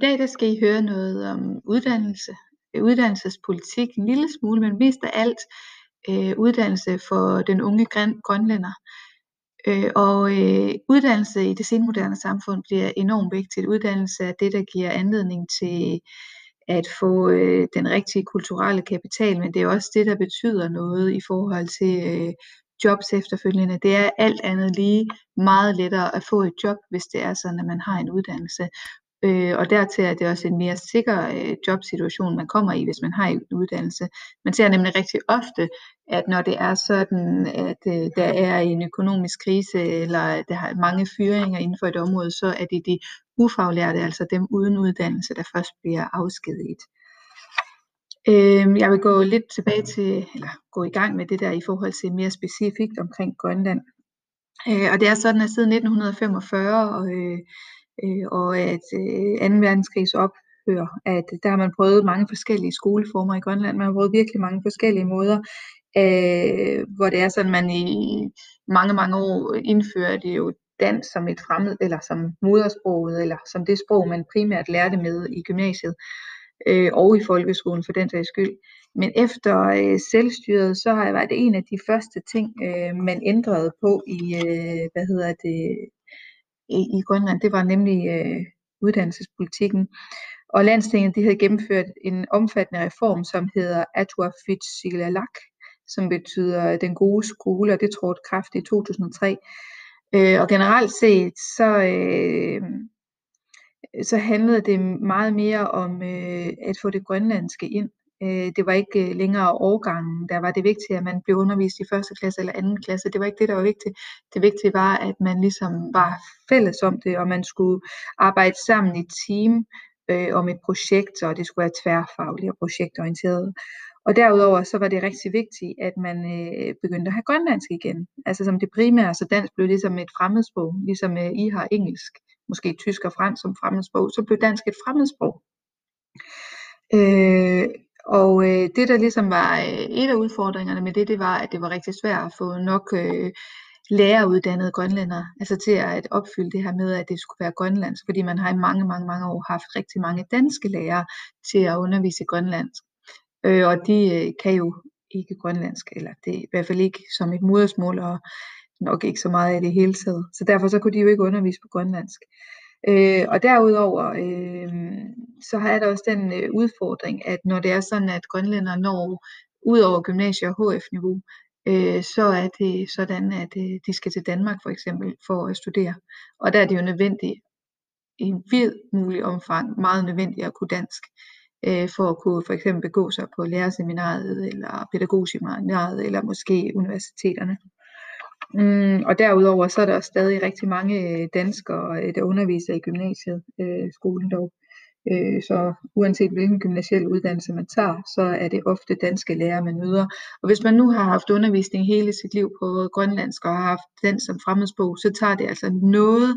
I dag der skal I høre noget om uddannelsespolitik en lille smule, men mest af alt uddannelse for den unge grønlænder. Uddannelse i det senmoderne samfund bliver enormt vigtigt. Uddannelse er det, der giver anledning til at få den rigtige kulturelle kapital, men det er også det, der betyder noget i forhold til jobs efterfølgende. Det er alt andet lige meget lettere at få et job, hvis det er sådan, at man har en uddannelse. Og dertil er det også en mere sikker jobsituation, man kommer i, hvis man har en uddannelse. Man ser nemlig rigtig ofte, at når det er sådan, at der er en økonomisk krise, eller der er mange fyringer inden for et område, så er det de ufaglærte, altså dem uden uddannelse, der først bliver afskediget. Jeg vil gå lidt tilbage til, eller gå i gang med det der i forhold til mere specifikt omkring Grønland. Og det er sådan, at siden 1945 og at 2. verdenskrigs ophør, at der har man prøvet mange forskellige skoleformer i Grønland. Man har prøvet virkelig mange forskellige måder, hvor det er sådan, man i mange år indførte jo dansk som et fremmed, eller som modersproget, eller som det sprog, man primært lærte med i gymnasiet, og i folkeskolen for den sags skyld. Men efter selvstyret, så har det været en af de første ting, man ændrede på i Grønland. Det var nemlig uddannelsespolitikken. Og Landstinget, de havde gennemført en omfattende reform, som hedder Atuafitsillalaq, som betyder den gode skole, og det trådte i kraft i 2003. Og generelt set, så handlede det meget mere om at få det grønlandske ind. Det var ikke længere årgangen, der var det vigtige, at man blev undervist i 1. klasse eller 2. klasse. Det var ikke det, der var vigtigt. Det vigtige var, at man ligesom var fælles om det, og man skulle arbejde sammen i team om et projekt, og det skulle være tværfagligt og projektorienteret. Og derudover så var det rigtig vigtigt, at man begyndte at have grønlandsk igen. Altså som det primære, så dansk blev ligesom et fremmedsprog, ligesom I har engelsk, måske tysk og fransk som fremmedsprog, så blev dansk et fremmedsprog. Det der ligesom var et af udfordringerne med det var, at det var rigtig svært at få nok læreruddannede grønlændere, altså til at opfylde det her med, at det skulle være grønlandsk, fordi man har i mange år haft rigtig mange danske lærere til at undervise i grønlandsk. Og de kan jo ikke grønlandsk, eller det er i hvert fald ikke som et modersmål, og nok ikke så meget af det hele taget. Så derfor så kunne de jo ikke undervise på grønlandsk. Og derudover så har der også den udfordring, at når det er sådan, at grønlændere når ud over gymnasie- og HF-niveau, så er det sådan, at de skal til Danmark for eksempel for at studere. Og der er det jo nødvendigt, i en vid mulig omfang, meget nødvendigt at kunne dansk, for at kunne for eksempel begå sig på lærerseminariet, eller pædagogseminariet, eller måske universiteterne. Og derudover så er der stadig rigtig mange danskere, der underviser i gymnasiet, skolen dog. Så uanset hvilken gymnasiel uddannelse man tager, så er det ofte danske lærere, man møder. Og hvis man nu har haft undervisning hele sit liv på grønlandsk, og har haft den som fremmedsprog, så tager det altså noget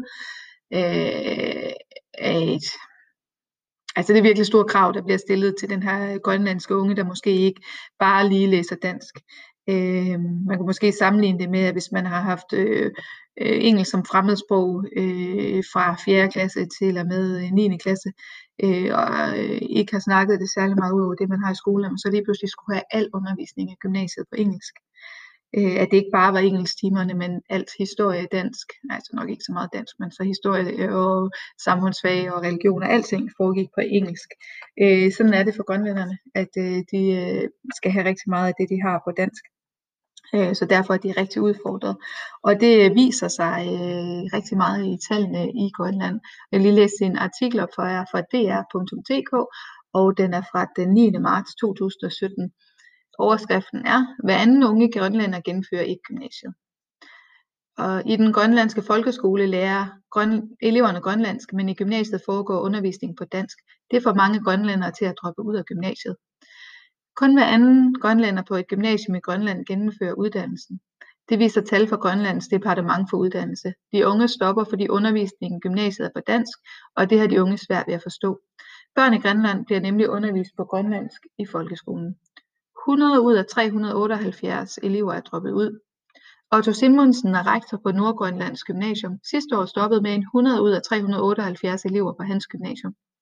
altså det er virkelig store krav, der bliver stillet til den her grønlandske unge, der måske ikke bare lige læser dansk. Man kan måske sammenligne det med, at hvis man har haft engelsk som fremmedsprog fra 4. klasse til og med 9. klasse, og ikke har snakket det særlig meget ud over det, man har i skolen, så lige pludselig skulle have al undervisning i gymnasiet på engelsk. At det ikke bare var engelsktimerne, men alt historie, dansk, altså nok ikke så meget dansk, men så historie og samfundsfag og religion og alting foregik på engelsk. Sådan er det for grønlænderne, at de skal have rigtig meget af det, de har på dansk. Så derfor er de rigtig udfordret. Og det viser sig rigtig meget i tallene i Grønland. Jeg vil lige læse en artikel op for jer fra dr.dk, og den er fra den 9. marts 2017. Overskriften er, hver anden unge grønlænder gennemfører ikke gymnasiet. Og i den grønlandske folkeskole lærer eleverne grønlandsk, men i gymnasiet foregår undervisning på dansk. Det får mange grønlændere til at droppe ud af gymnasiet. Kun hver anden grønlænder på et gymnasium i Grønland gennemfører uddannelsen. Det viser tal fra Grønlands Departement for Uddannelse. De unge stopper, fordi undervisningen i gymnasiet er på dansk, og det har de unge svært ved at forstå. Børn i Grønland bliver nemlig undervist på grønlandsk i folkeskolen. 100 ud af 378 elever er droppet ud. Otto Simonsen er rektor på Nordgrønlands Gymnasium. Sidste år stoppede med 100 ud af 378 elever på hans gymnasium.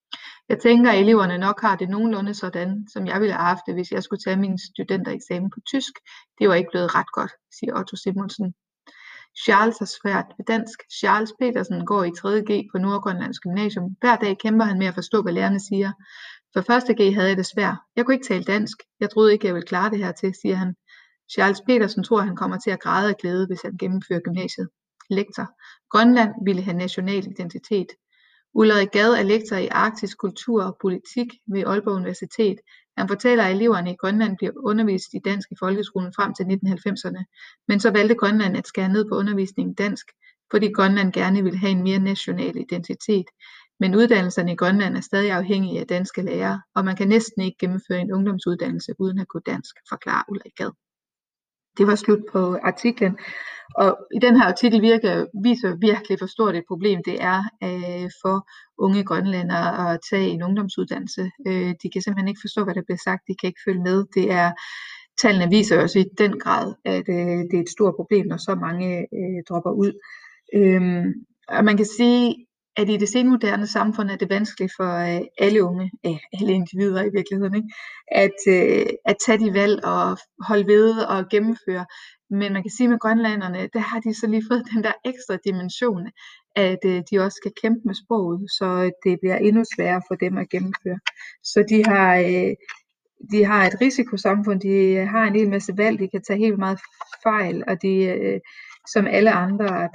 Jeg tænker, at eleverne nok har det nogenlunde sådan, som jeg ville have haft det, hvis jeg skulle tage min studentereksamen på tysk. Det var ikke blevet ret godt, siger Otto Simonsen. Charles har svært ved dansk. Charles Petersen går i 3.G på Nordgrønlands Gymnasium. Hver dag kæmper han med at forstå, hvad lærerne siger. For 1.G havde jeg det svært. Jeg kunne ikke tale dansk. Jeg troede ikke, jeg ville klare det her til, siger han. Charles Petersen tror, han kommer til at græde af glæde, hvis han gennemfører gymnasiet. Lektor. Grønland ville have national identitet. Ulrik Gad er lektor i arktisk kultur og politik ved Aalborg Universitet. Han fortæller, at eleverne i Grønland bliver undervist i dansk i folkeskolen frem til 1990'erne, men så valgte Grønland at skære ned på undervisningen i dansk, fordi Grønland gerne ville have en mere national identitet. Men uddannelserne i Grønland er stadig afhængige af danske lærere, og man kan næsten ikke gennemføre en ungdomsuddannelse uden at kunne dansk, forklarer Ulrik Gad. Det var slut på artiklen. Og i den her artikel viser virkelig, hvor stort et problem det er for unge grønlændere at tage en ungdomsuddannelse. De kan simpelthen ikke forstå, hvad der bliver sagt. De kan ikke følge med. Tallene viser også i den grad, at det er et stort problem, når så mange dropper ud. Og man kan sige, at i det senmoderne samfund er det vanskeligt for alle unge, alle individer i virkeligheden, ikke? At tage de valg og holde ved og gennemføre. Men man kan sige med grønlanderne, der har de så lige fået den der ekstra dimension, at de også skal kæmpe med sproget, så det bliver endnu sværere for dem at gennemføre. Så de har et risikosamfund, de har en hel masse valg, de kan tage helt meget fejl, og de, som alle andre,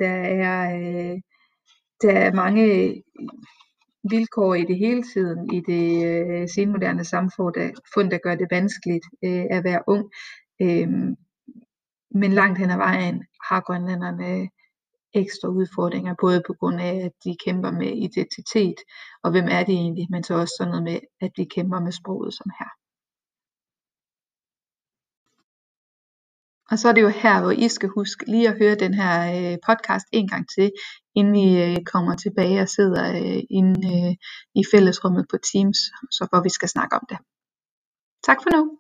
der er mange vilkår i det hele tiden i det senmoderne samfund, der gør det vanskeligt at være ung. Men langt hen ad vejen har grønlænderne ekstra udfordringer, både på grund af, at de kæmper med identitet, og hvem er de egentlig, men så også sådan noget med, at de kæmper med sproget som her. Og så er det jo her, hvor I skal huske lige at høre den her podcast en gang til, inden I kommer tilbage og sidder inde i fællesrummet på Teams, så hvor vi skal snakke om det. Tak for nu.